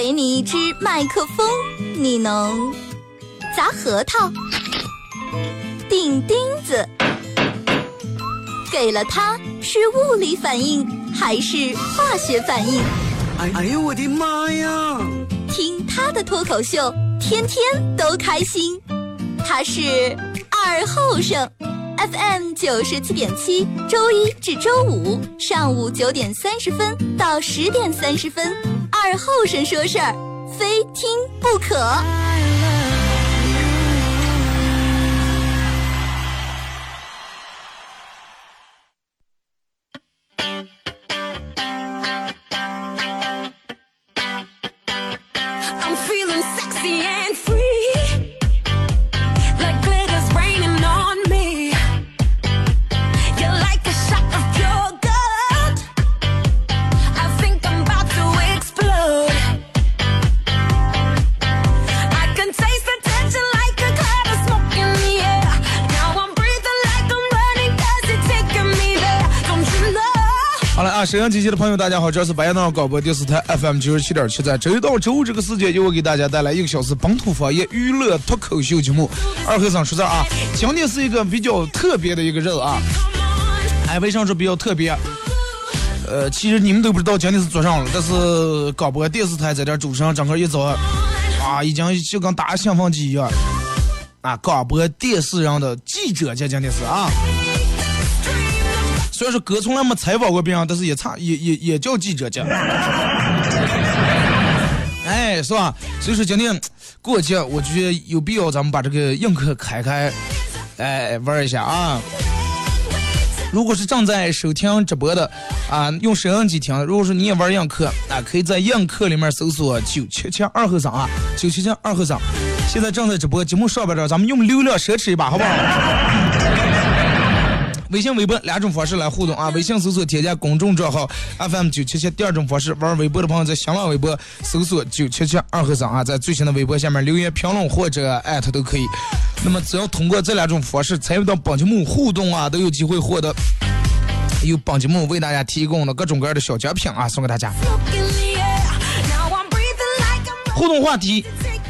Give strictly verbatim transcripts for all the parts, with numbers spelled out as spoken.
给你一支麦克风，你能砸核桃、钉钉子，给了它是物理反应还是化学反应？ 哎哎呦我的妈呀！ 听他的脱口秀，天天都开心。他是二后生 F M 九十七点七，周一至周五上午九点三十分到十点三十分，二后生说事儿，非听不可。 沈阳机器的朋友大家好，这是白洋广播电视台 F M 九十七点七，在周一到周五这个时间由我给大家带来一个小时本土方言娱乐脱口秀节目。二和尚说这啊，今天是一个比较特别的一个日子啊。哎，为啥说比较特别？呃，其实你们都不知道今天是做上了，但是广播电视台在这主持人整个一早啊，已经就跟打兴奋剂一样啊，广播电视上的记者节今天是啊。虽然说哥从来没采访过别人，但是也差也也也叫记者节，哎，是吧？所以说今天过节，我觉得有必要咱们把这个映客开开，哎，玩一下啊。如果是正在收听直播的啊，用收音机听；如果说你也玩映客啊，可以在映客里面搜索九七七二和尚啊，九七七二和尚。现在正在直播，节目上边这，咱们用流量奢侈一把，好不好？微信、微博两种方式来互动啊！微信搜索添加公众账号 F M 九七七，第二种方式玩微博的朋友在新浪微博搜索九七七二和尚啊，在最新的微博下面留言评论或者艾特都可以。那么只要通过这两种方式参与到本节目互动啊，都有机会获得由本节目为大家提供的各种各样的小奖品啊，送给大家。互动话题，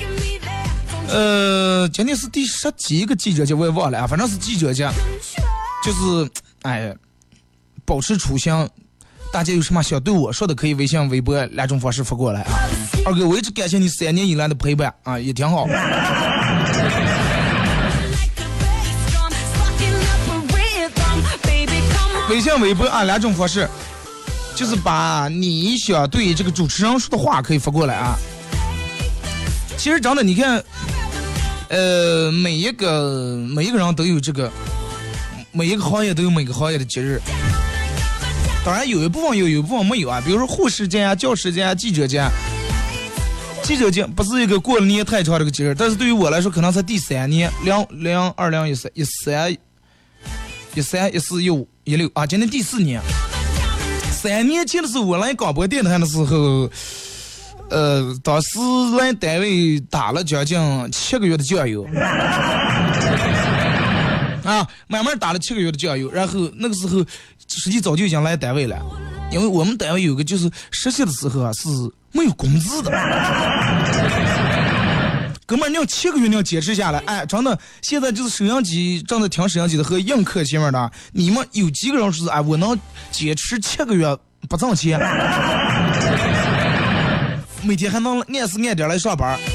呃，今天是第十几个记者节，我也忘了啊，反正是记者节。就是哎，保持初心，大家有什么想对我说的，可以微信、微博两种方式发过来啊。二哥，我一直感谢你三年以来的陪伴啊，也挺好。微信、微博啊两种方式，就是把你想对这个主持人说的话可以发过来啊。其实真的，你看，呃，每一个每一个人都有这个。每一个行业都有每个行业的节日，当然有一部分有，有一部分没有啊。比如说护士节啊、教师节啊、记者节。记者节不是一个过了年太长这个节日，但是对于我来说，可能才第三年，两两二两一三一三一三一四一五一六啊，今年第四年。三年前的时候，我来广播电台的时候，呃，当时来单位打了将近七个月的酱油。啊，慢慢打了七个月的酱油，然后那个时候实际早就已经来单位了，因为我们单位有个就是实习的时候啊是没有工资的，哥们儿你要七个月你要坚持下来，哎，真的，现在就是收音机正在听收音机的和映客前面的，你们有几个人是哎我能坚持七个月不挣钱，每天还能按时按点来上班。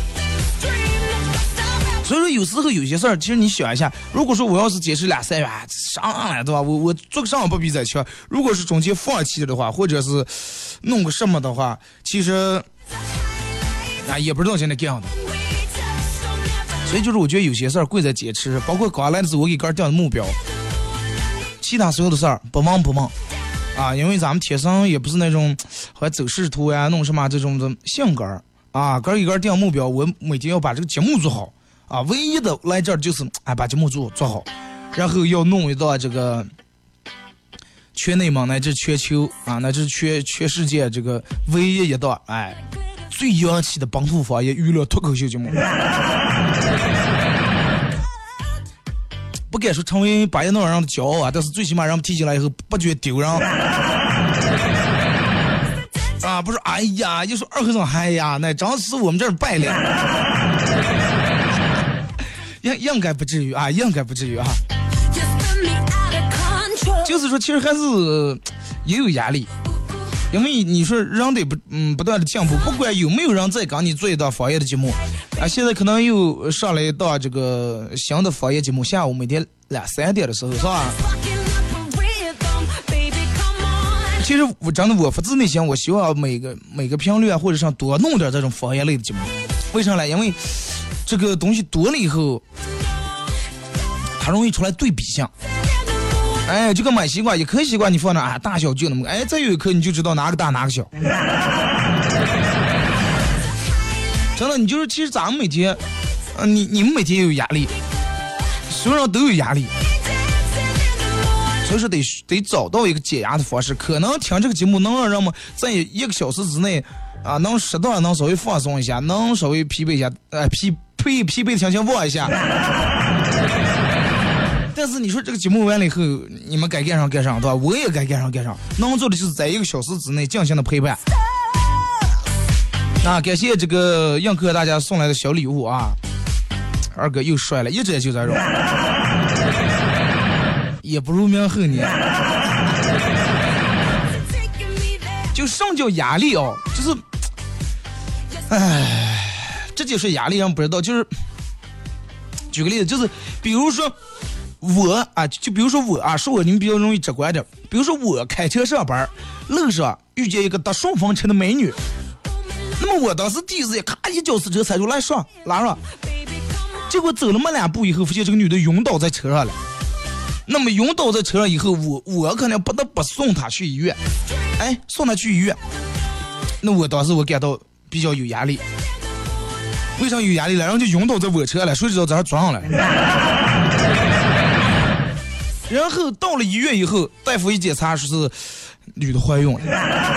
所以说有时候有些事儿，其实你想一下，如果说我要是坚持俩三月上来对吧，我我做个上不比在强。如果是中间放弃的话，或者是弄个什么的话，其实啊也不知道现在这样的。所以就是我觉得有些事儿贵在坚持，包括刚来的时候我给个人定的目标，其他所有的事儿不忙不忙啊，因为咱们天生也不是那种好像走仕途呀、弄什么这种的性格啊，个人一个人定目标，我每天要把这个节目做好。啊，唯一的来这儿就是哎，把节目做做好，然后要弄一道这个全内蒙乃至全球啊，乃至全全世界这个唯一一道哎最洋气的本土方言娱乐脱口秀节目。不敢说成为巴彦淖尔人的骄傲啊，但是最起码让我们提起来以后不觉得丢人啊， 啊，不是哎呀，就说二和尚哎呀，那张是我们这儿败了，应应该不至于啊，应该不至于啊。就是说，其实还是也有压力，因为你说人得不嗯不断的进步，不管有没有人在跟你做一档方言的节目啊，现在可能又上来一档这个新的方言节目，下午每天两三点的时候，是吧？其实我真的我发自内心，我希望每个每个频率啊，或者上多弄点这种方言类的节目。为啥呢？因为这个东西多了以后，它容易出来对比性。哎，就跟买西瓜，一颗西瓜你放那啊，大小就那么，哎，再有一颗你就知道哪个大哪个小。真的，你就是其实咱们每天，呃，你你们每天也有压力，所有人都有压力。所以说得得找到一个解压的方式，可能听这个节目能让人们在一个小时之内啊，能适当能稍微放松一下，能稍微疲惫一下，呃，疲疲疲惫的心情忘一下。但是你说这个节目完了以后，你们该干上干上，对吧？我也该干上干上，能做的就是在一个小时之内进行的陪伴。那感谢这个映客大家送来的小礼物啊，二哥又帅了，一直就在这。也不如明后年，就什么叫压力哦？就是，唉，这就是压力，让不知道。就是举个例子，就是比如说我啊，就比如说我啊，说我你们比较容易直观点。比如说我开车上班，路上遇见一个搭顺风车的美女，那么我当时第一次咔一脚死车踩出来上拉上，结果走了没两步以后，发现这个女的晕倒在车上了。那么晕倒在车上以后，我我可能不得不送她去医院，哎，送她去医院。那我当时我感到比较有压力，为啥有压力了？然后就晕倒在我车了，谁知道在这撞上了。然后到了医院以后，大夫一检查说是女的怀孕了。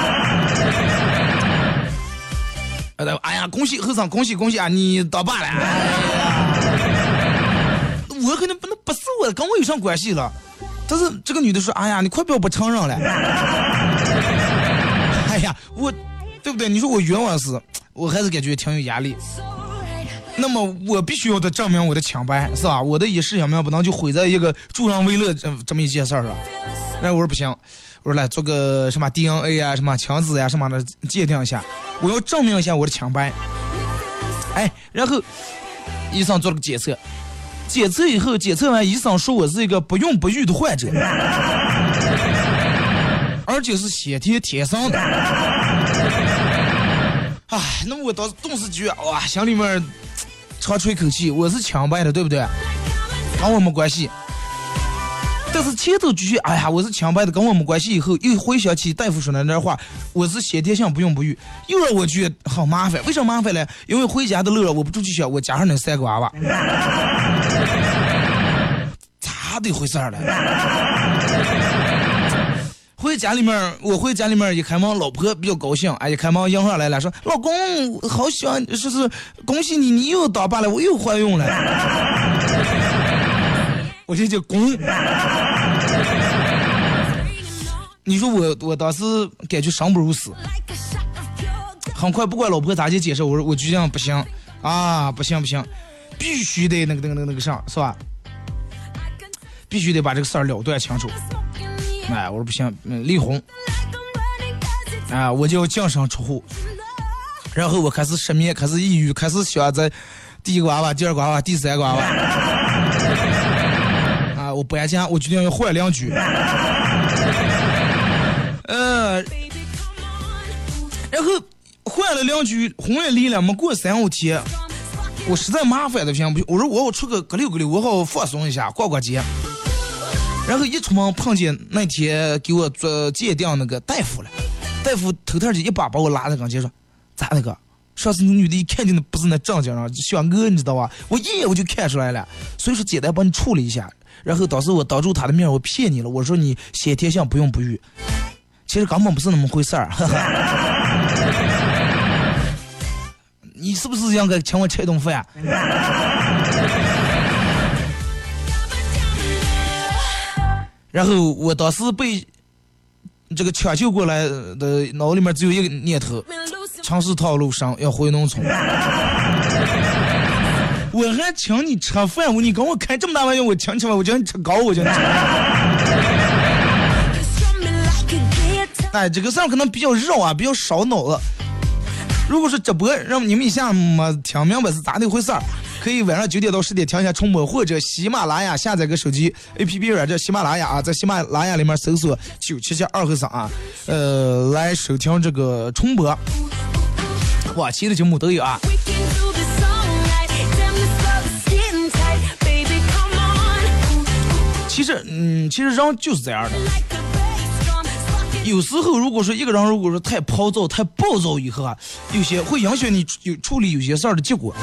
哎呀，恭喜和尚，恭喜恭喜啊！你当爸了。哎呀，我可能不能不是我，跟我有啥关系了？但是这个女的说：“哎呀，你快不要不承认了。”哎呀，我对不对？你说我冤枉是，我还是感觉挺有压力。那么我必须要得证明我的清白，是吧？我的一世小命不能就毁在一个助人为乐这这么一件事儿上。然后我说不行，我说来做个什么 D N A 啊，什么强子呀、啊，什么的鉴定一下，我要证明一下我的清白。哎，然后医生做了个检测，检测以后，检测完医生说我是一个不孕不育的患者，而且是先天天生的。哎，那我当时顿时觉得哇，心里面长出一口气，我是清白的，对不对？跟我没关系。但是前头继续，哎呀，我是清白的，跟我没关系。以后又回想起大夫说的那话，我是先天性不孕不育，又让我觉得好麻烦。为什么麻烦呢？因为回家的路上我不出去想，我家上那三个娃娃，咋的回事儿了？回家里面，我回家里面一开门，老婆比较高兴，哎，一开门迎上来了，说：“老公，好喜欢，说是恭喜你，你又当爸了，我又怀孕了。”我这就公，你说我我当时感觉生不如死，很快不管老婆咋去解释，我说我就这样不行啊，不行不行，必须得那个那个那个那个上，是吧？必须得把这个事儿了断清楚。哎，我说不行，嗯，离婚，啊，我就要净身出户，然后我开始失眠，开始抑郁，开始想在第一个娃娃、第二个娃娃、第三个娃娃。我搬家，我决定要换两居。呃，然后换了两居，婚也离了，没过三五天，我实在麻烦的不行，我说我我出个隔溜隔溜，我好放松一下，逛逛街。然后一出门碰见那天给我做鉴定那个大夫了，大夫头头就一把把我拉在跟前说：“咋那个？上次那女的一看见的不是那正经人，像我，你知道吧？我一眼我就看出来了，所以说简单帮你处理一下。”然后当时我当着他的面我骗你了，我说你先天性不孕不育，其实根本不是那么回事儿。你是不是应该请我吃一顿饭？然后我当时被这个抢救过来的脑里面只有一个念头：城市套路上要回农村。我还请你吃饭，我你跟我开这么大玩笑，我请吃饭，我叫你吃高，我叫你吃。哎，这个事儿可能比较绕啊，比较烧脑了。如果是直播，让你们一下没听明白是咋的回事儿，可以晚上九点到十点听一下重播，或者喜马拉雅下载个手机 A P P 软件喜马拉雅啊，在喜马拉雅里面搜索九七七二和尚啊，呃，来收听这个重播。哇，其的节目都有啊。其实，嗯，其实人就是这样的。有时候，如果说一个人如果说太暴躁、太暴躁以后啊，有些会影响你有处理有些事儿的结果。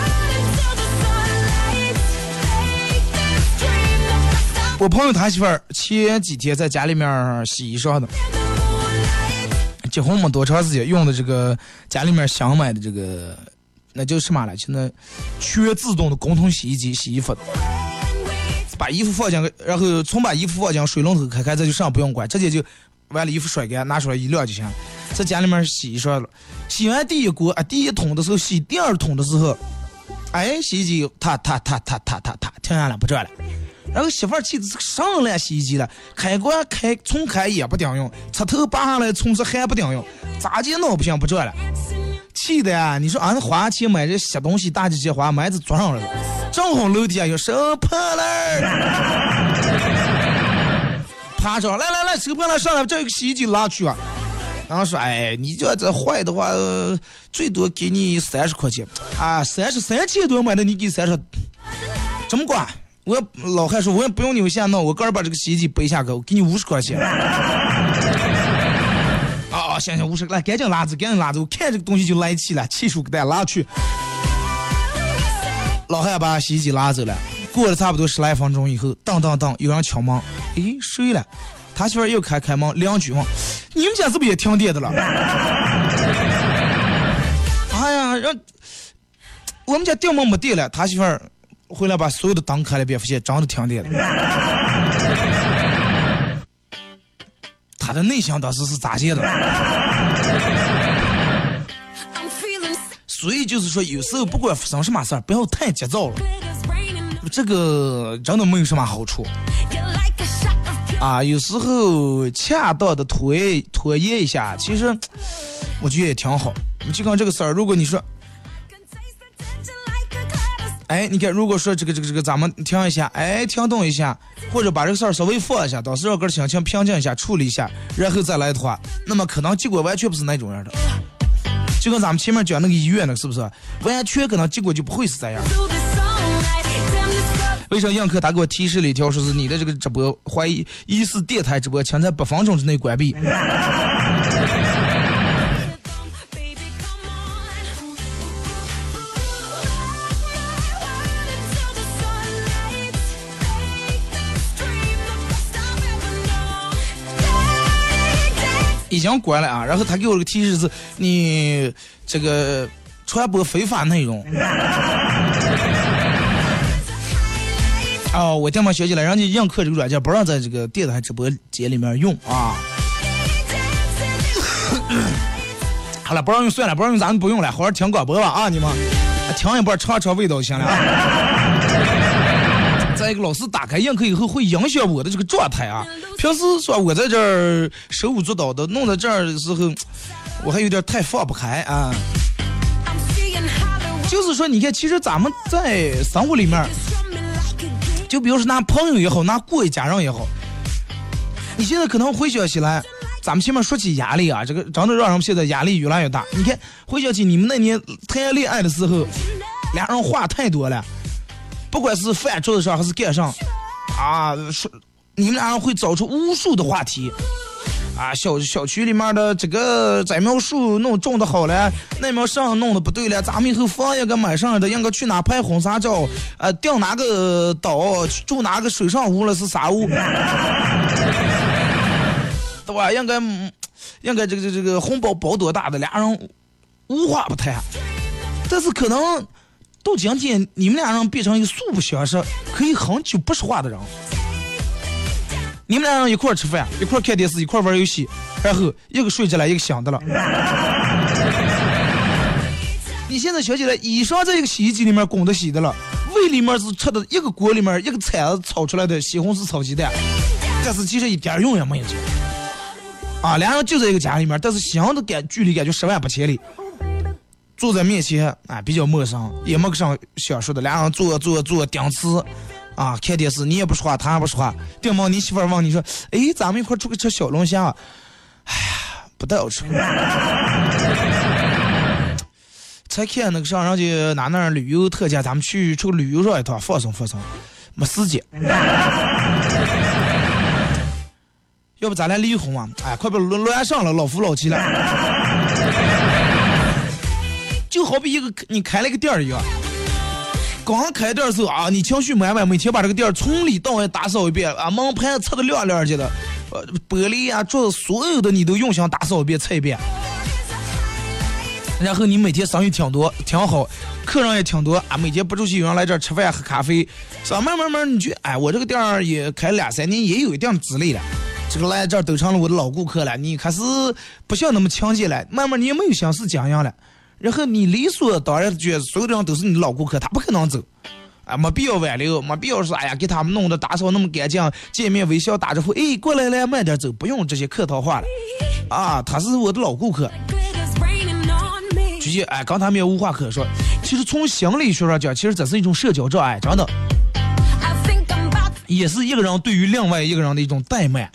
我朋友他媳妇儿前几天在家里面洗衣裳的，结婚嘛多长时间用的这个家里面想买的这个，那就是什么了？现在全自动的工桶洗衣机洗衣服的。把衣服放进，然后从把衣服放进水龙头开开，这就上不用管，直接就完了衣服甩干，拿出来一晾就行。在家里面洗一刷了，洗完第一锅啊，第一桶的时候洗第二桶的时候，哎，洗衣机它它它它它它它停下来不转了。然后媳妇儿气的上来洗衣机了，开关开重开也不顶用，插头拔下来重置还不顶用，咋接闹不行不转了。气的呀！你说俺花钱买这些东西，大几些花买子坐上来了，正好楼底下有收破了，爬着来来来收破了上来，这个洗衣机拉去啊！然后说，哎，你这这坏的话，呃、最多给你三十块钱啊，三十三千多买的，你给三十，怎么管？我老汉说，我也不用你下闹，我个人把这个洗衣机背下去，我给你五十块钱。啊、哦，行行，五十，来，赶紧拉走，赶紧拉走！我看这个东西就来气了，气数给大家拉去。老汉把洗衣机拉走了，过了差不多十来分钟以后，当当当，有人敲门，诶，睡了。他媳妇又开开门，两句问：“你们家是不是也停电的了？”哎呀，让我们家电门没电了。他媳妇回来把所有的灯开了，别发现真的停电了。他的内心当时是咋接的？所以就是说，有时候不管发生什么事儿，不要太急躁了，这个真的没有什么好处啊。有时候恰当的拖拖延一下，其实我觉得也挺好。你就看这个事儿，如果你说，哎，你看，如果说这个这个这个，咱们停一下，哎，停动一下，或者把这个事儿稍微放一下，到时候个心情平静一下，处理一下，然后再来的话，那么可能结果完全不是那种样的。就跟咱们前面讲那个医院那个，是不是？完全可能结果就不会是这样。为啥映客他给我提示了一条，说是你的这个直播怀疑疑似电台直播，请在八分钟之内关闭。已经关了啊，然后他给我个提示是，你这个传播非法内容。哦，我他妈学起来，人家映客这个软件不让在这个电台直播间里面用啊。好了，不让用算了，不让用咱们不用了，好好听广播吧啊，你们听一半尝尝味道就行了啊。再一个，老师打开映客以后会影响我的这个状态啊。平时说我在这儿手舞足蹈的，弄在这儿的时候，我还有点太放不开啊。就是说，你看，其实咱们在生活里面，就比如说拿朋友也好，拿过一家人也好，你现在可能回想起来，咱们前面说起压力啊，这个真的让人现在压力越来越大。你看，回想起你们那年谈恋爱的时候，俩人话太多了。不管是饭桌子上还是干上，啊，你们俩人会找出无数的话题，啊，小小区里面的这个栽苗树弄种的好了，那苗上弄的不对了，咱们以后房应该买上的，应该去哪拍婚纱照，呃，订哪个岛，住哪个水上屋了是啥屋，对吧？应该应该这个这个红包包多大的，俩人无话不谈，但是可能。到今天你们俩人变成一个素不相识可以很久不说话的人， 你们俩人一块儿吃饭，一块儿看电视，一块儿玩游戏，然后一个睡着了，一个想的了。你现在想起来，衣裳在一个洗衣机里面滚的洗的了，胃里面是吃的一个锅里面一个铲子炒出来的西红柿炒鸡蛋，但是其实一点用也没有。啊，两人就在一个家里面，但是想的感距离感觉十万八千里。坐在面前啊，比较陌生，也没个上想说的，两人坐坐坐顶吃啊，看电视，你也不说话，他也不说话。顶忙你媳妇儿问你说：“哎，咱们一块出去吃小龙虾。”哎呀，不带我吃。才看那个上人家哪那旅游特价，咱们去出个旅游上一趟，放松放松，没时间。要不咱俩离婚啊？哎，快别乱上了，老夫老妻了。就好比一个你开了一个店儿一样，刚开店的时候啊，你情绪满满，每天把这个店从里到外打扫一遍啊，门牌擦得亮亮的，呃，玻璃啊、桌子所有的你都用心打扫一遍、擦一遍。然后你每天生意挺多，挺好，客人也挺多啊，每天不出去有人来这儿吃饭喝咖啡，是吧？慢慢慢你觉得，哎，我这个店儿也开两三年，也有一定资历了。这个来这儿都成了我的老顾客了，你开始不像那么强劲了，慢慢你也没有想是讲样了，然后你理所当然觉得所有的人都是你的老顾客，他不可能走，啊，没必要挽留，没必要说哎呀给他们弄得打扫那么干净，见面微笑打招呼，哎过来来慢点走，不用这些客套话了，啊，他是我的老顾客，直接哎刚他们也无话可说。其实从心理学上讲，其实这是一种社交障碍，真的。也是一个人对于另外一个人的一种怠慢。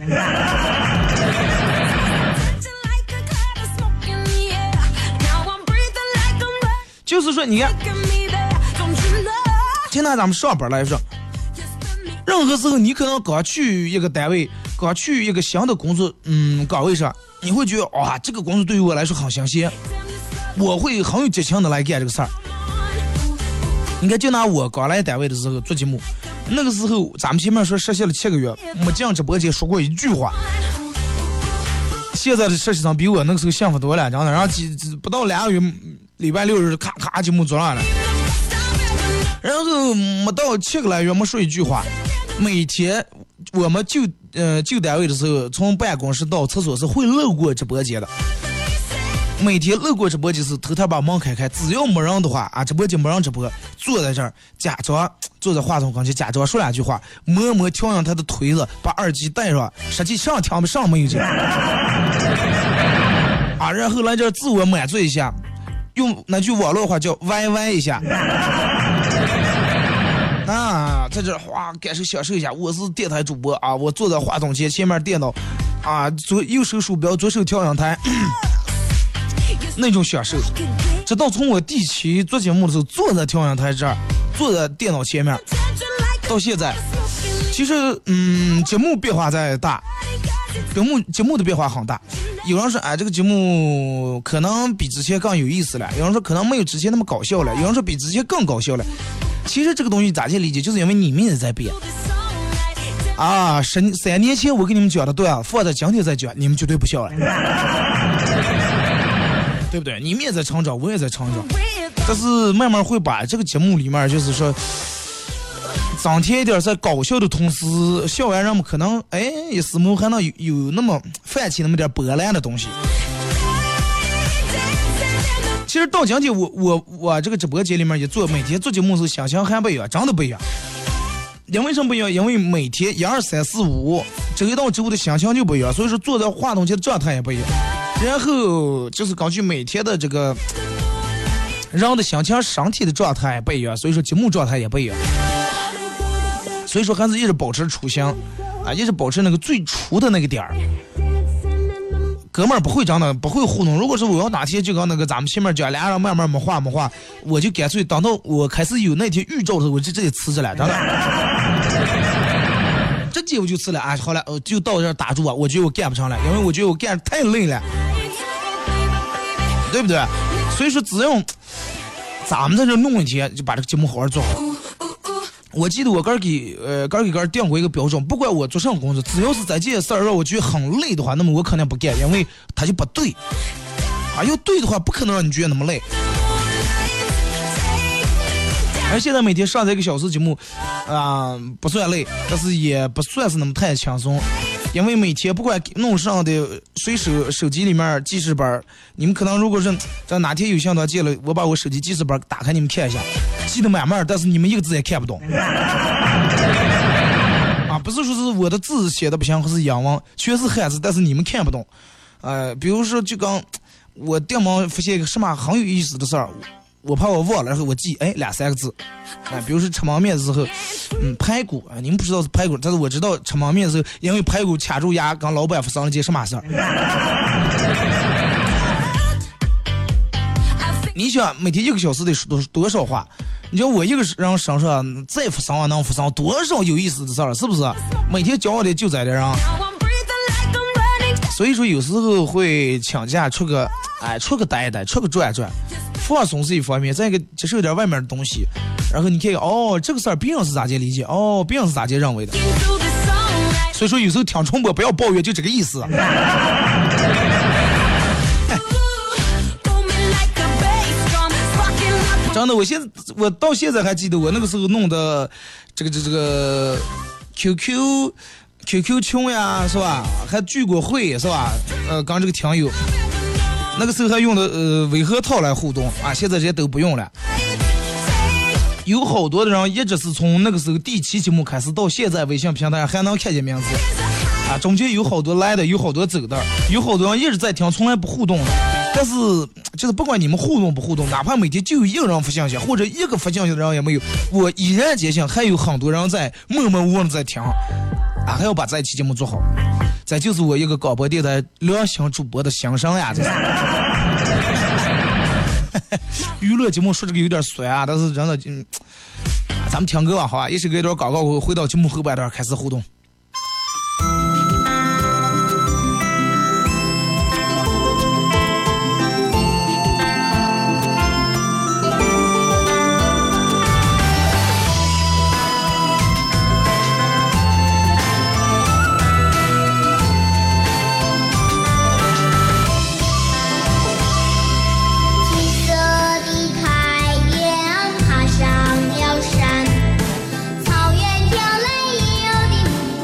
就是说，你看，现在咱们上班来说，任何时候你可能刚去一个单位，刚去一个新的工作嗯岗位上，你会觉得哇，这个工作对于我来说很新鲜，我会很有激情的来干这个事儿。你看，就拿我刚来单位的时候做节目。那个时候咱们前面说实习了七个月，没进直播间说过一句话。现在的实习生比我那个时候幸福多了，真的。然后几不到两个月，礼拜六日咔咔节目做上了。然后没到七个来月没说一句话。每天我们就呃就单位的时候，从办公室到厕所是会路过直播间的。每天路过直播间是偷偷把门开开，只要没人的话啊，直播间没人直播，坐在这儿假装坐在话筒跟前，假装说两句话，摸摸调养他的腿子，把耳机戴上，实际上听不上没有劲啊，然后来这自我满足一下，用那句网络话叫歪歪一下啊，在这哇感受享受一下，我是电台主播啊，我坐在话筒前，前面电脑啊，左右手鼠标，左手调养台。那种享受，直到从我第七做节目的时候坐在调养台这儿，坐在电脑前面，到现在，其实嗯，节目变化在大，节目节目的变化很大。有人说哎，这个节目可能比之前更有意思了，有人说可能没有之前那么搞笑了，有人说比之前更搞笑了。其实这个东西咋去理解，就是因为你们也在变啊。三三年前我跟你们讲的对啊，放在今天再讲，你们绝对不笑了。对不对？你们也在成长，我也在成长，但是慢慢会把这个节目里面，就是说，增添一点在搞笑的同时，笑完人们可能哎，也似乎还能有有那么泛起那么点波澜的东西。其实到今天，我我我这个直播间里面也做，每天做节目是想想还不一样，真的不一样。因为什么不一样？因为每天一二三四五这一到之后的心情就不一样，所以说坐在话筒前的状态也不一样。然后就是根据每天的这个人的心情、身体的状态也不一样，所以说节目状态也不一样。所以说还是一直保持初心啊，一直保持那个最初的那个点儿。哥们儿不会这样的，不会糊弄。如果是我要哪天就跟那个咱们前面讲俩人慢慢没话没话，我就干脆等到我开始有那天预兆的时候，我就直接辞职了，真的。直接我就辞了啊！好了，呃，就到这儿打住啊！我觉得我干不成了，因为我觉得我干太累了，对不对？所以说，只要咱们在这弄一天，就把这个节目好好做好。我记得我刚给呃刚给刚定过一个标准，不管我做什么工作，只要是在这件事儿让我觉得很累的话，那么我肯定不干，因为它就不对啊。要对的话，不可能让你觉得那么累。而现在每天上这一个小时节目，啊、呃，不算累，但是也不算是那么太轻松。 因为每天不管弄上的随手手机里面记事本，你们可能如果是在哪天有相当借了，我把我手机记事本打开，你们看一下，记得满满，但是你们一个字也看不懂。啊，不是说是我的字写的不行，或是仰望，全是汉字，但是你们看不懂。呃，比如说就刚我电忙发现一个什么很有意思的事儿，我怕我忘了，然后我记哎两三个字。啊，比如说吃焖面的时候，嗯，排骨啊，你们不知道是排骨，但是我知道吃焖面的时候，因为排骨卡住牙，跟老板发生了件什么事儿。你想每天一个小时得说多多少话？你说我一个人身上再发生啊，能发生多少有意思的事儿？是不是？每天教我的就在这样。所以说有时候会请假出个，哎，出个待一待，出个转转，放松是一方面，再一个接受点外面的东西，然后你看看，哦，这个事儿别人是咋介理解，哦，别人是咋介认为的。所以说有时候听重播不要抱怨，就这个意思。真的，我现在我到现在还记得我那个时候弄的这个这这个 Q Q Q Q 群呀，是吧？还聚过会，是吧？呃，刚这个听友，那个时候还用的呃微核桃来互动啊，现在这些都不用了。有好多的人一直是从那个时候第七节目开始到现在，微信平台上还能看见名字啊，中间有好多来的，有好多走的，有好多人一直在听，从来不互动的。但是就是不管你们互动不互动，哪怕每天就有一个人发信息，或者一个发信息的人也没有，我依然坚信还有很多人在默默无闻的在听啊，还要把这一期节目做好。这就是我一个广播电台良心主播的心声呀，这是。娱乐节目说这个有点酸啊，但是真的，嗯，咱们听歌吧，好吧，一首歌一段广告，回到节目后半段开始互动。 草原飘来悠悠的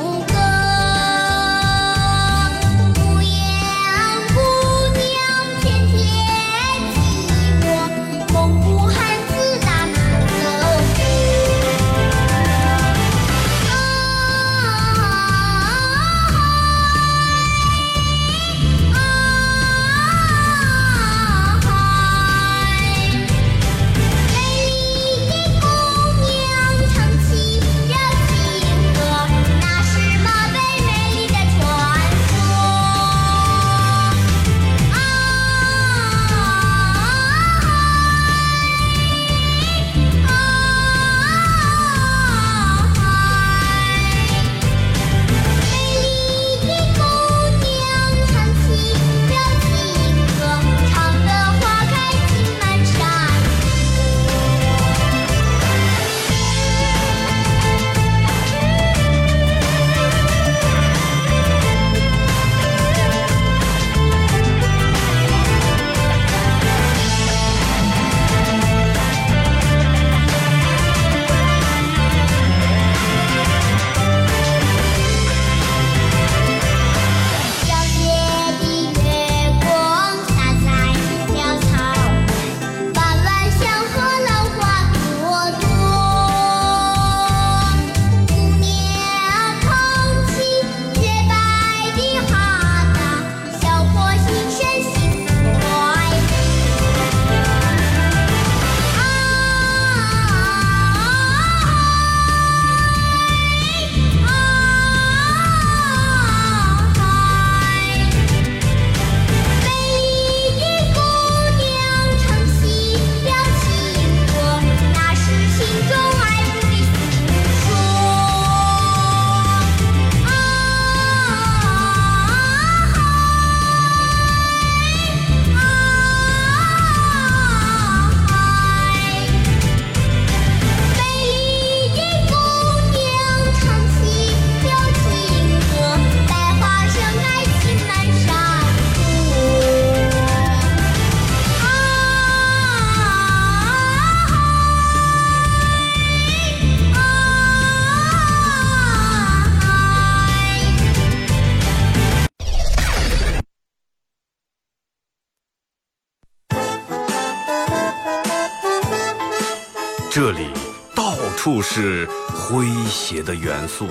这里到处是诙谐的元素，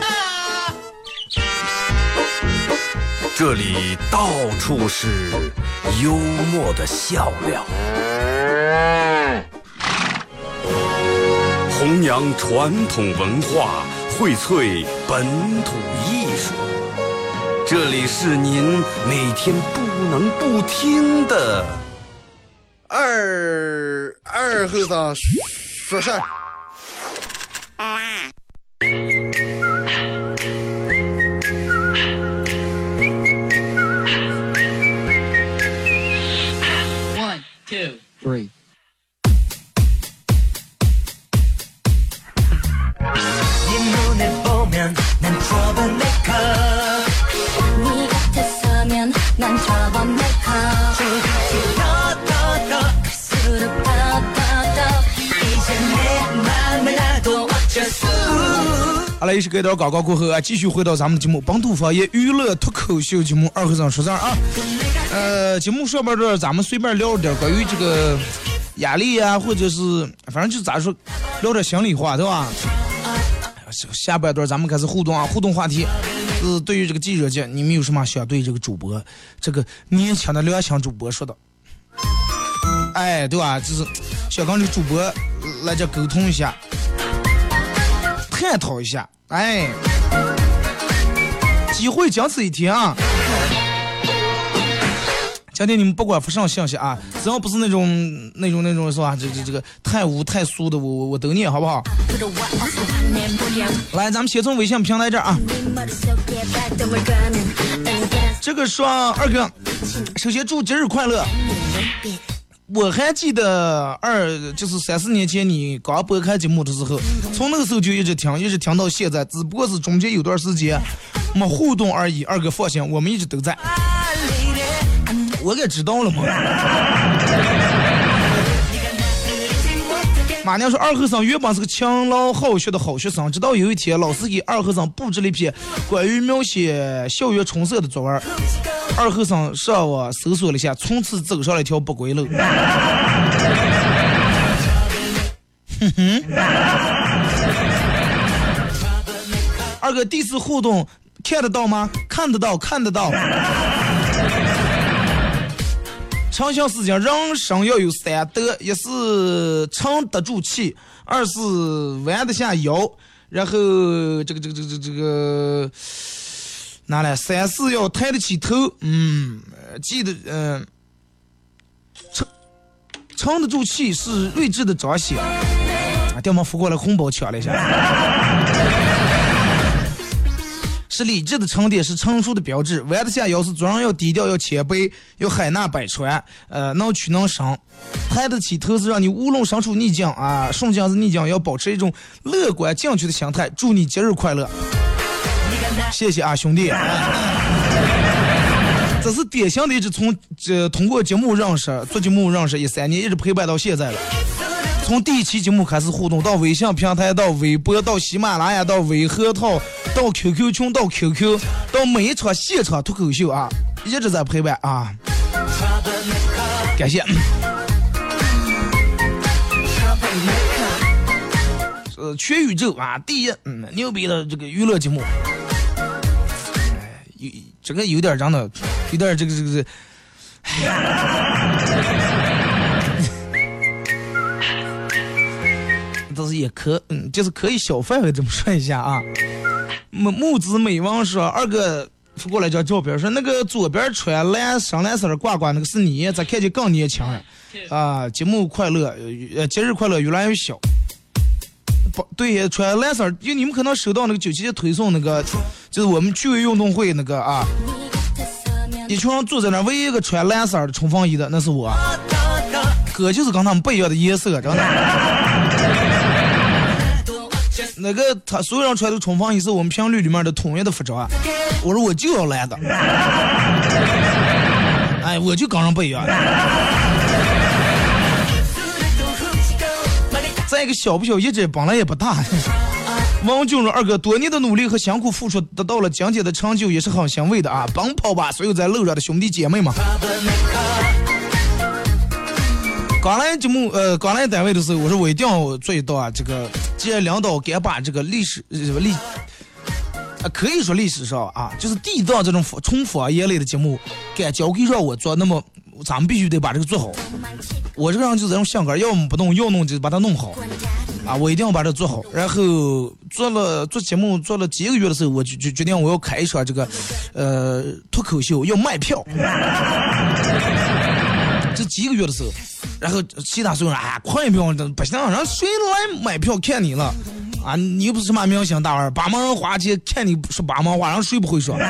这里到处是幽默的笑料，弘扬传统文化，荟萃本土艺术。这里是您每天不能不听的二二后生说事儿。 One, two, three. 네 곁에서면 난 troublemaker. 갈수록 더더더 이제 내 맘을 놔도 어쩔 수. 好了，一时隔一段广告过后啊，继续回到咱们的节目本土方言娱乐脱口秀节目二和尚说事儿啊。呃，节目上边这咱们随便聊点关于这个压力啊，或者是反正就咋说，聊点心里话，对吧？下半段咱们开始互动啊，互动话题。是对于这个记者界，你们有什么想对这个主播，这个年轻的良心主播说的？哎，对吧？就是想跟这个主播来这沟通一下，探讨一下。哎，机会仅此一天啊！今天你们不管发上信息啊，只要不是那种那种那种是吧？这这这个太污太俗的，我我我等你好不好？来，咱们先从微信平台这儿啊。这个说二哥，首先祝节日快乐。我还记得二就是三四年前你刚播开节目的时候，从那个时候就一直听，一直听到现在，只不过是中间有段时间没互动而已。二哥放心，我们一直都在。我给知道了吗？马娘说二和尚原本是个勤劳好学的好学生，直到有一天老师给二和尚布置了一篇关于描写校园春色的作文，二和尚上网搜索了一下，从此走上了一条不归路。哼哼，二哥第一次互动看得到吗？看得到，看得到。长相思讲，人生要有三德，一是沉得住气，二是弯得下腰，然后这个这个这个这个拿来，三是要抬得起头。嗯，记得嗯，沉沉得住气是睿智的彰显。啊，掉毛扶过来红包抢了一下。是理智的沉淀，是成熟的标志。弯得下腰是做人要低调，要谦卑，要海纳百川，呃，能屈能伸。抬得起头是让你无论身处逆境啊，顺境是逆境，要保持一种乐观进取的心态。祝你节日快乐！谢谢啊，兄弟。这是典型的一直从这通过节目认识，做节目认识一三年，一直陪伴到现在了。从第一期节目开始互动，到微信平台，到微博，到喜马拉雅，到微核桃，到 Q Q 群，到 Q Q， 到每一场现场脱口秀啊，一直在陪伴啊，感谢。呃，全宇宙啊，第一，嗯，牛逼的这个娱乐节目，有这个有点真的，有点这个这个这个。但是也可，嗯，就是可以小范围这么说一下啊。木木子美王说，二哥发过来张照片，说那个左边穿蓝深蓝色的褂褂那个是你，咋看见更年轻了？啊，节目快乐，呃，节日快乐，越来越小。不对，穿蓝色，就你们可能收到那个九七推送那个，就是我们趣味运动会那个啊，一群人坐在那儿，唯一一个穿蓝色的冲锋衣的，那是我。哥就是跟他们不一样的颜色，真的。那个他所有人穿的冲锋衣是我们频率里面的统一的服装，我说我就要蓝的，哎，我就跟人不一样。再一个小不小，一直本来也不大。王俊说二哥多年的努力和辛苦付出得到了今天的成就，也是很欣慰的啊！奔跑吧，所有在路上的兄弟姐妹们。 刚来节目，呃，刚来单位的时候，我说我一定要做一道啊，这个既然领导敢把这个历史什么历，啊，可以说历史上啊，就是第一道这种重复业类的节目，敢交给让我做，那么咱们必须得把这个做好。我这个人就这种性格，要么不弄，要弄就把它弄好，啊，我一定要把这做好。然后做了做节目做了几个月的时候，我就就决定我要开一场这个，呃，脱口秀，要卖票。这几个月的时候，然后其他所有人啊，快票不行，让谁来买票看你了啊？你又不是什么明星大腕，八毛人花钱看你说八毛话，让谁不会说？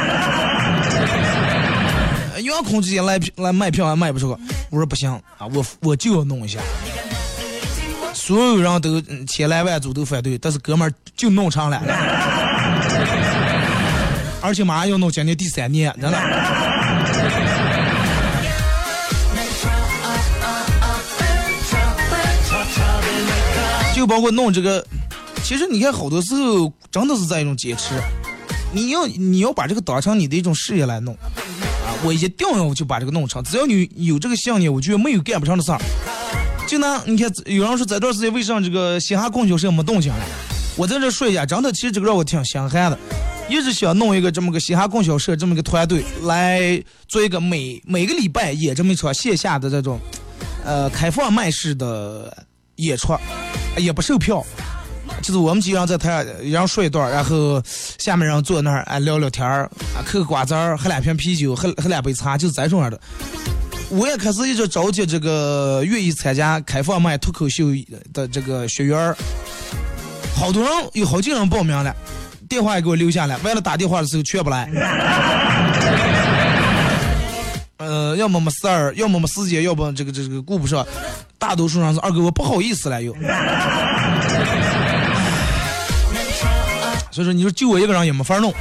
遥控直接来来卖票还卖不出，我说不行啊，我我就要弄一下。所有人都千来万组都反对，但是哥们儿就弄成了，而且马上要弄今年第三年，真的。就包括弄这个，其实你看好多时候真的是在一种坚持，你要你要把这个当成你的一种事业来弄。我一定要就把这个弄成，只要你有这个信念，我觉得没有干不成的事儿。就拿你看，有人说这段时间为啥这个嘻哈供销社没动静了？我在这说一下，真的，其实这个让我挺心寒的，一直想弄一个这么个嘻哈供销社这么个团队来做一个每每个礼拜演这么一场线下的这种呃开放麦式的演出，也不售票。就是我们几个人在台上说一段，然后下面人坐那儿啊聊聊天儿啊，嗑个瓜子儿，喝两瓶啤酒，喝喝两杯茶，就是这种样的。我也开始一直召集这个愿意参加开放麦脱口秀的这个学员，好多人有好几个人报名了，电话也给我留下来，完了打电话的时候却不来。呃，要么没事儿，要么没时间，要不这个这个顾不上，大多数人是二哥我不好意思了又。所以说，你说就我一个人也没法弄。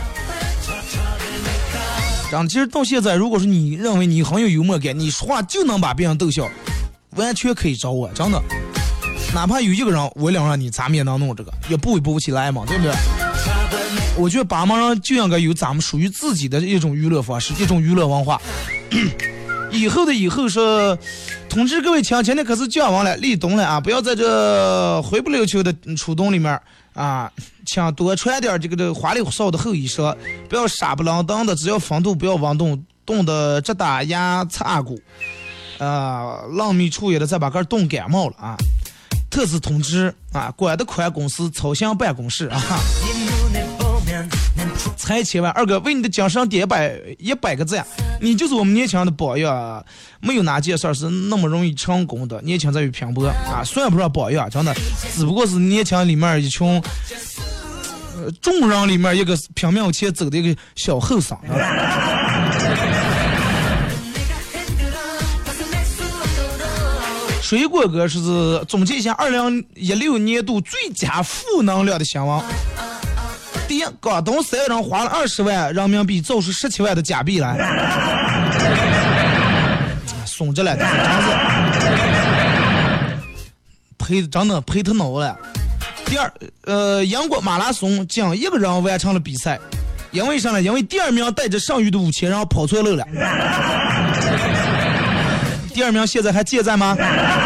这样，其实到现在，如果说你认为你很有幽默感，你说话就能把别人逗笑，完全可以找我，真的。哪怕有一个人为了让你，咱们也能弄这个，也不会不起来嘛，对不对？我觉得把忙人就应该有咱们属于自己的一种娱乐方式，一种娱乐文化。以后的以后说，通知各位亲，今天可是降温了，立冬了啊！不要在这回不溜秋的初冬里面啊，请多穿点这个这个花里胡哨的厚衣裳，不要傻不愣登的，只要风度不要往动，冻得直打牙擦骨，啊，浪米出也的再把个冻感冒了啊！特此通知啊，管得宽公司操心办公室啊！才千万，二哥为你的奖赏点一百一百个赞，你就是我们年轻人的榜样，没有哪件事是那么容易成功的。年轻在于拼搏啊，算不上榜样，真的，只不过是年轻里面一群呃众人里面一个拼命往前走的一个小后生。水果哥是总结一下二零一六年度最佳负能量的新闻。第一，广东三人花了二十万人民币造出十七万的假币来，怂着了，真是赔，真的赔他脑了。第二，呃，英国马拉松仅一个人完成了比赛，因为啥呢？因为第二名带着剩余的五千人跑错路了。第二名现在还健在吗？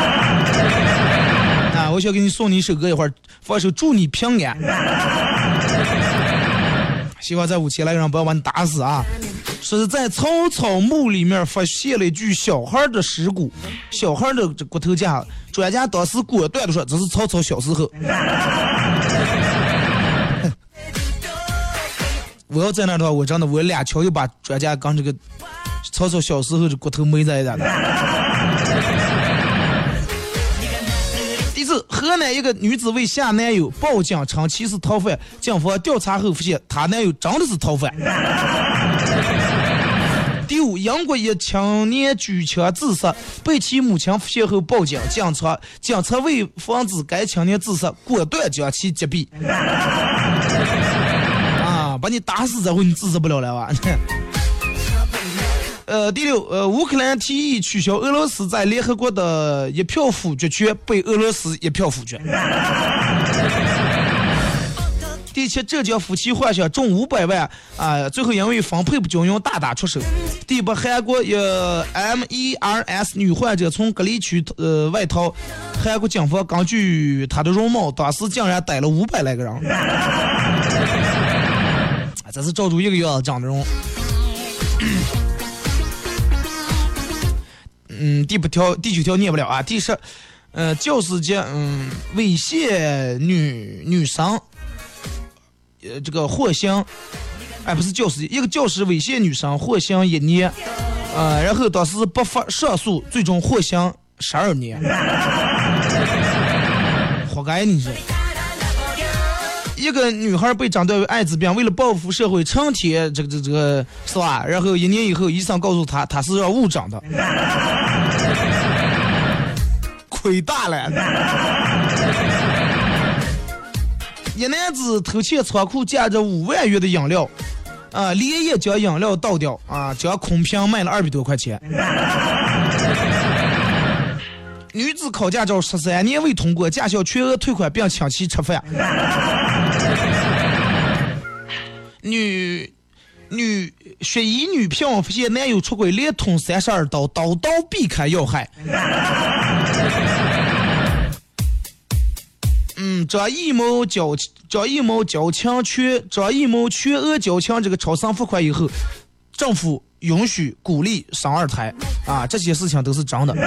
啊，我想给你送你一首歌，一会儿放首《祝你平安》。希望在五千来个人不要把你打死啊！是在草草墓里面发现了一具小孩的尸骨，小孩的这骨头架，专家当时果断的说这是草草小时候。我要在那的话，我真的我俩桥就把专家刚这个草草小时候的骨头埋在那的。第四，河南一个女子为下男友报警称其是逃犯，警方调查后发现她男友真的是逃犯。第五，英国一青年举枪自杀，被其母亲发现后报警，警察警察为防止该青年自杀，果断将其击毙。啊，把你打死之后你自杀不了了吧？呃，第六，呃，乌克兰提议取消俄罗斯在联合国的一票否决权，被俄罗斯一票否决。 第七，浙江夫妻幻想中五百万啊，最后因为分配不均匀大打出手。第八，韩国有 M E R S 女患者从隔离区呃外逃，韩国警方根据她的容貌，当时竟然逮了五百来个人。这是照住一个样子长的人。嗯，第八条、第九条念不了啊。第十，呃，教师节，嗯，猥亵女女生，呃，这个获刑，哎，不是教师节，一个教师猥亵女生获刑一年，呃，然后当时不发上诉，最终获刑十二年，活该你是。一个女孩被诊断为艾滋病，为了报复社会，成天这个这个这个是吧？然后一年以后，医生告诉她，她是要误诊的，亏大了。一男子偷窃仓库价值五万元的饮料，啊，连夜将饮料倒掉，啊，将空瓶卖了二百多块钱。女子考驾照十三年未通过，驾校全额退款并请其吃饭。女女学医女聘发现男友出轨，连捅三十二刀，刀刀避开要害。嗯，张艺谋交张艺谋交强全张艺谋全额交强这个超生付款以后，政府允许鼓励生二胎啊，这些事情都是真的。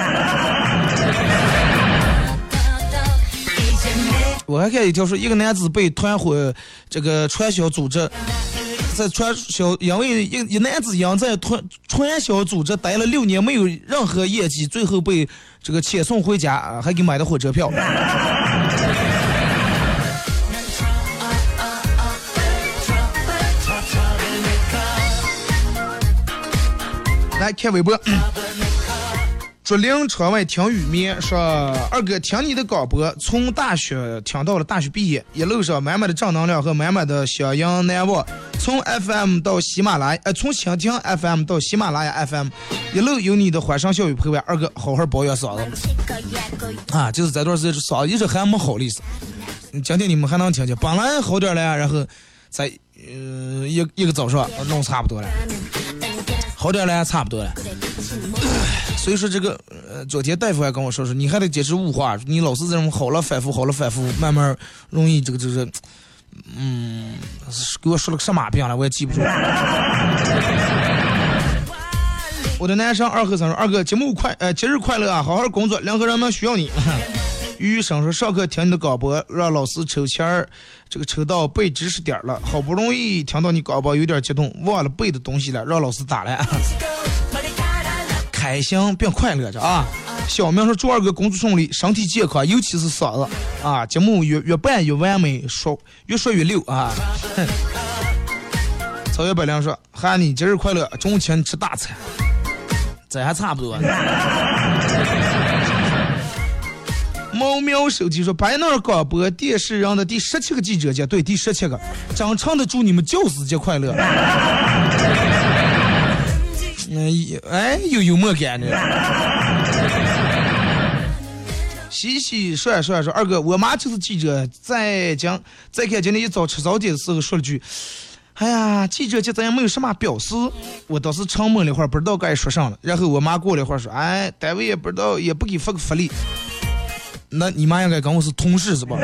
我还看一条说，一个男子被团伙这个传销组织在传销，因为一一男子因在团传销组织待了六年，没有任何业绩，最后被这个遣送回家，还给买的火车票。来看微博。竹林窗外听雨眠，说二哥听你的广播，从大学听到了大学毕业，一路上满满的正能量和满满的乡音难忘。从 F M 到喜马拉雅，呃，从蜻蜓 F M 到喜马拉雅 F M， 一路有你的欢声笑语陪伴。二哥好好保养嗓子啊，就是这段时间嗓子一直还没好的意思。今天你们还能听见，本来好点了，然后在呃一一个早上弄差不多了，好点了差不多了。所以说这个呃，昨天大夫还跟我说说，你还得坚持雾化，你老是这种好了反复好了反复，慢慢容易这个这个，嗯，给我说了个什么病了，我也记不住。我的男生二和三说，二哥节目快呃节日快乐啊，好好工作，两个人们需要你。于生说，上课听你的广播，让老师抽签儿，这个抽到背知识点了，好不容易听到你广播，有点激动，忘了背的东西了，让老师打来。开心并快乐着啊！小明说，祝二哥工作顺利，身体健康，尤其是嗓子啊，节目越越办越完美，说越说越溜啊！草原百良说，喊你节日快乐，中午请你吃大餐，这还差不多。猫喵手机说，白那广播电视上的第十七个记者节，对，第十七个，真诚的祝你们教师节快乐。嗯，哎，有幽默感的。洗洗帅帅说，二哥，我妈就是记者，在讲在看今天一早吃早点的时候说了句，哎呀，记者节咱也没有什么表示。我当时沉默了一会儿，不知道该说上了。然后我妈过了一会儿说，哎，单位也不知道，也不给发个福利。那你妈应该跟我是同事是吧？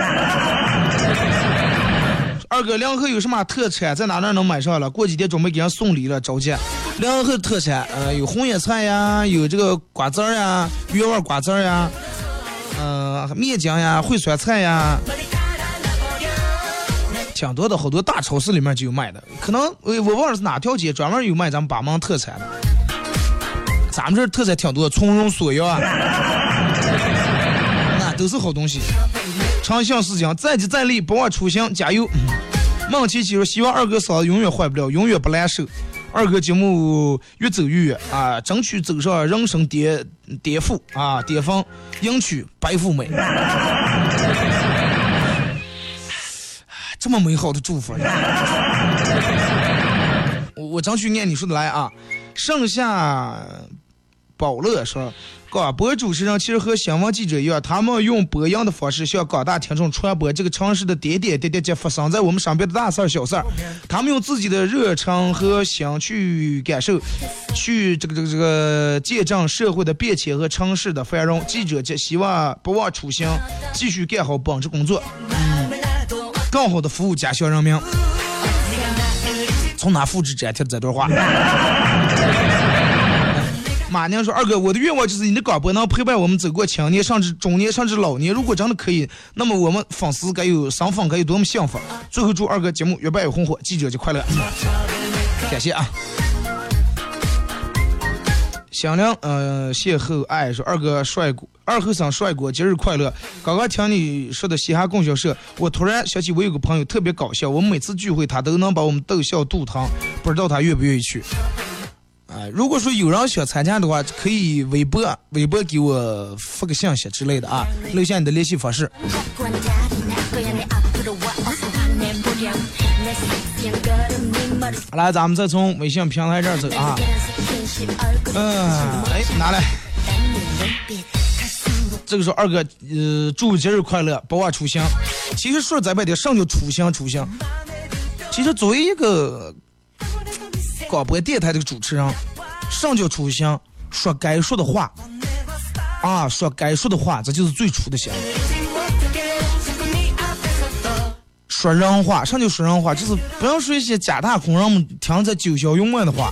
二哥，两河有什么特产，在哪哪能买上了？过几天准备给人送礼了，着急。两河特产，呃，有红叶菜呀，有这个瓜子儿呀，原味瓜子儿呀，呃，面浆呀，烩酸菜呀，挺多的，好多大超市里面就有卖的。可能我我忘了是哪条街专门有卖咱们八芒特产的。咱们这特产挺多，从容索要啊，那都是好东西。长相思讲，再接再厉，不忘初心，加油！梦琪琪说，希望二哥嗓子永远坏不了，永远不烂手。二哥节目越走越远啊，争取走上人生巅巅峰啊，巅峰，迎娶白富美。这么美好的祝福，我我争取念你说的来啊。盛夏宝乐说，广播主持人其实和新闻记者一样，他们用播音的方式向广大听众传播这个城市的点点滴滴及发生在我们身边的大事儿小事儿。他们用自己的热忱和心去感受，去这个这个这个见证社会的变迁和城市的繁荣。记者就希望不忘初心，继续干好本职工作，嗯，更好的服务家乡人民。从哪复制粘贴的这段话？马娘说：“二哥，我的愿望就是你的广播能陪伴我们走过青年，甚至中年，甚至老年。如果真的可以，那么我们粉丝该有身份该有多么幸福！最后祝二哥节目越办越红火，记者节快乐！感谢啊！响亮，呃，邂逅爱说二哥帅哥，二后生帅哥，节日快乐！刚刚听你说的嘻哈供销社，我突然想起我有个朋友特别搞笑，我们每次聚会他都能把我们逗笑肚疼，不知道他愿不愿意去。”啊，如果说有人想参加的话，可以微博微博给我发个信息之类的啊，留下你的联系方式。好来，咱们再从微信平台这儿走啊。嗯，哎，拿来。这个时候二哥，呃，祝节日快乐，不忘初心。其实说咱白点，上就初心初心。其实作为一个广播电台这个主持人，上交初心，说该说的话啊，说该说的话，这就是最初的心。说人话，上就说人话，就是不要说一些假大空让我们听在九霄云外的话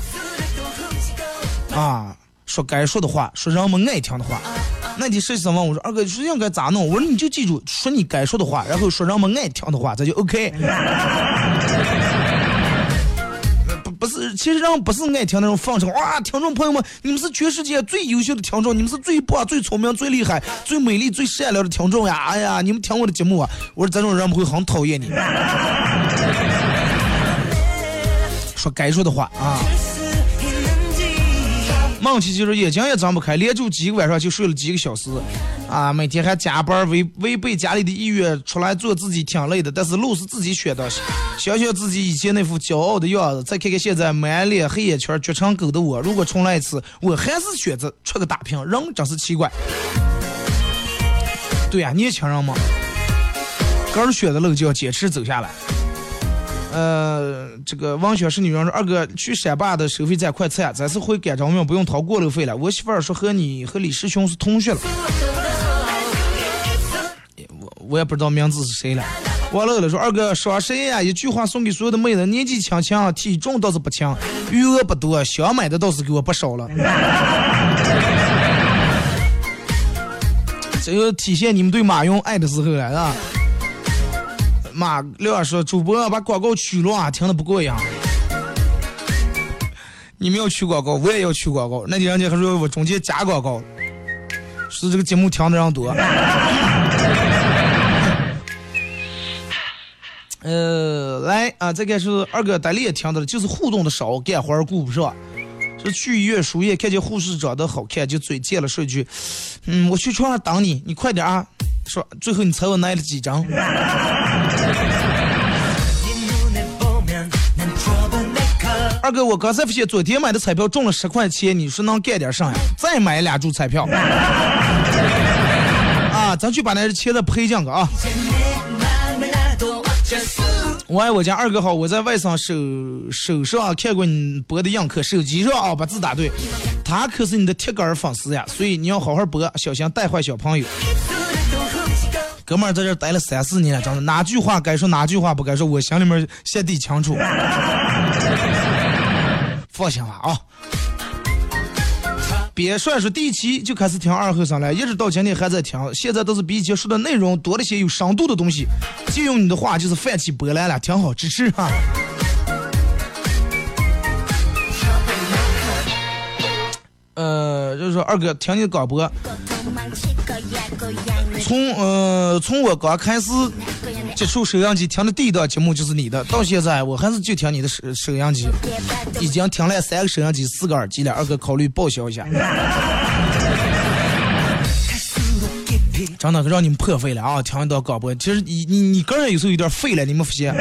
啊，说该说的话，说让我们爱听的话。那你实际上问我说，二哥说应该咋弄？我说你就记住，说你该说的话，然后说让我们爱听的话，这就 OK。不是，其实让不是爱听那种放声哇！听众朋友们，你们是全世界最优秀的听众，你们是最棒、最聪明、最厉害、最美丽、最善良的听众呀！哎呀，你们听我的节目啊，我说这种人会很讨厌你。说该说的话啊。梦琪就是眼睛也睁不开，连住几个晚上就睡了几个小时，啊，每天还加班，违违背家里的意愿出来做自己挺累的，但是路是自己选的。想想自己以前那副骄傲的样子，再看看现在满脸黑眼圈、绝成狗的我，如果重来一次，我还是选择出个打拼。人真是奇怪。对呀、啊，年轻人嘛，刚选的路就要坚持走下来。呃，这个王小是女人说，二哥去陕坝的收费站快餐，这次回甘州庙不用掏过路费了。我媳妇儿说和你和李师兄是同学了，我我也不知道名字是谁了。我乐了说，二哥双十一呀，一句话送给所有的妹子，年纪轻轻，体重倒是不轻，余额不多，想买的倒是给我不少了。这就体现你们对马云爱的时候了啊。马廖说，主播把广告取了啊，听得不过瘾。你们要取广告，我也要取广告。那你人家还说我中间加广告，是这个节目听的人多。呃，来啊，这个是二哥大力也听到了，就是互动的少，干活顾不上。是去医院输液，看见护士长得好看，就嘴贱了说一句：“嗯，我去床上等你，你快点啊。”说最后你猜我拿了几张？二哥，我刚才发现昨天买的彩票中了十块钱，你说能干点啥呀？再买俩注彩票啊！咱去把那钱的赔奖个啊！我爱我家二哥好，我在外甥手手上看过你播的样课，手机上啊把字打对，他可是你的铁杆粉丝呀，所以你要好好播，小心带坏小朋友。哥们儿在这待了三四年了，真的哪句话该说哪句话不该说，我心里面心底清楚。放心吧啊！别帅说第一期就开始听二后生了，一直到今天还在听，现在都是比以前说的内容多了些有深度的东西。借用你的话就是泛起波澜了，挺好，支持哈。呃，就是说二哥听你的广播，从呃从我刚开始接触收音机听的第一档节目就是你的，到现在我还是就听你的收收音机，已经听了三个收音机四个耳机了，二哥考虑报销一下。真的让你们破费了啊！听一档广播，其实你你你个人有时候有点废了，你们发现？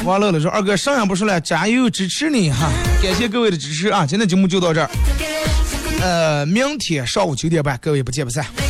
王乐乐说二哥上样不出来，加油支持你哈，感谢各位的支持啊！今天节目就到这儿，呃，明天上午九点半，各位不见不散。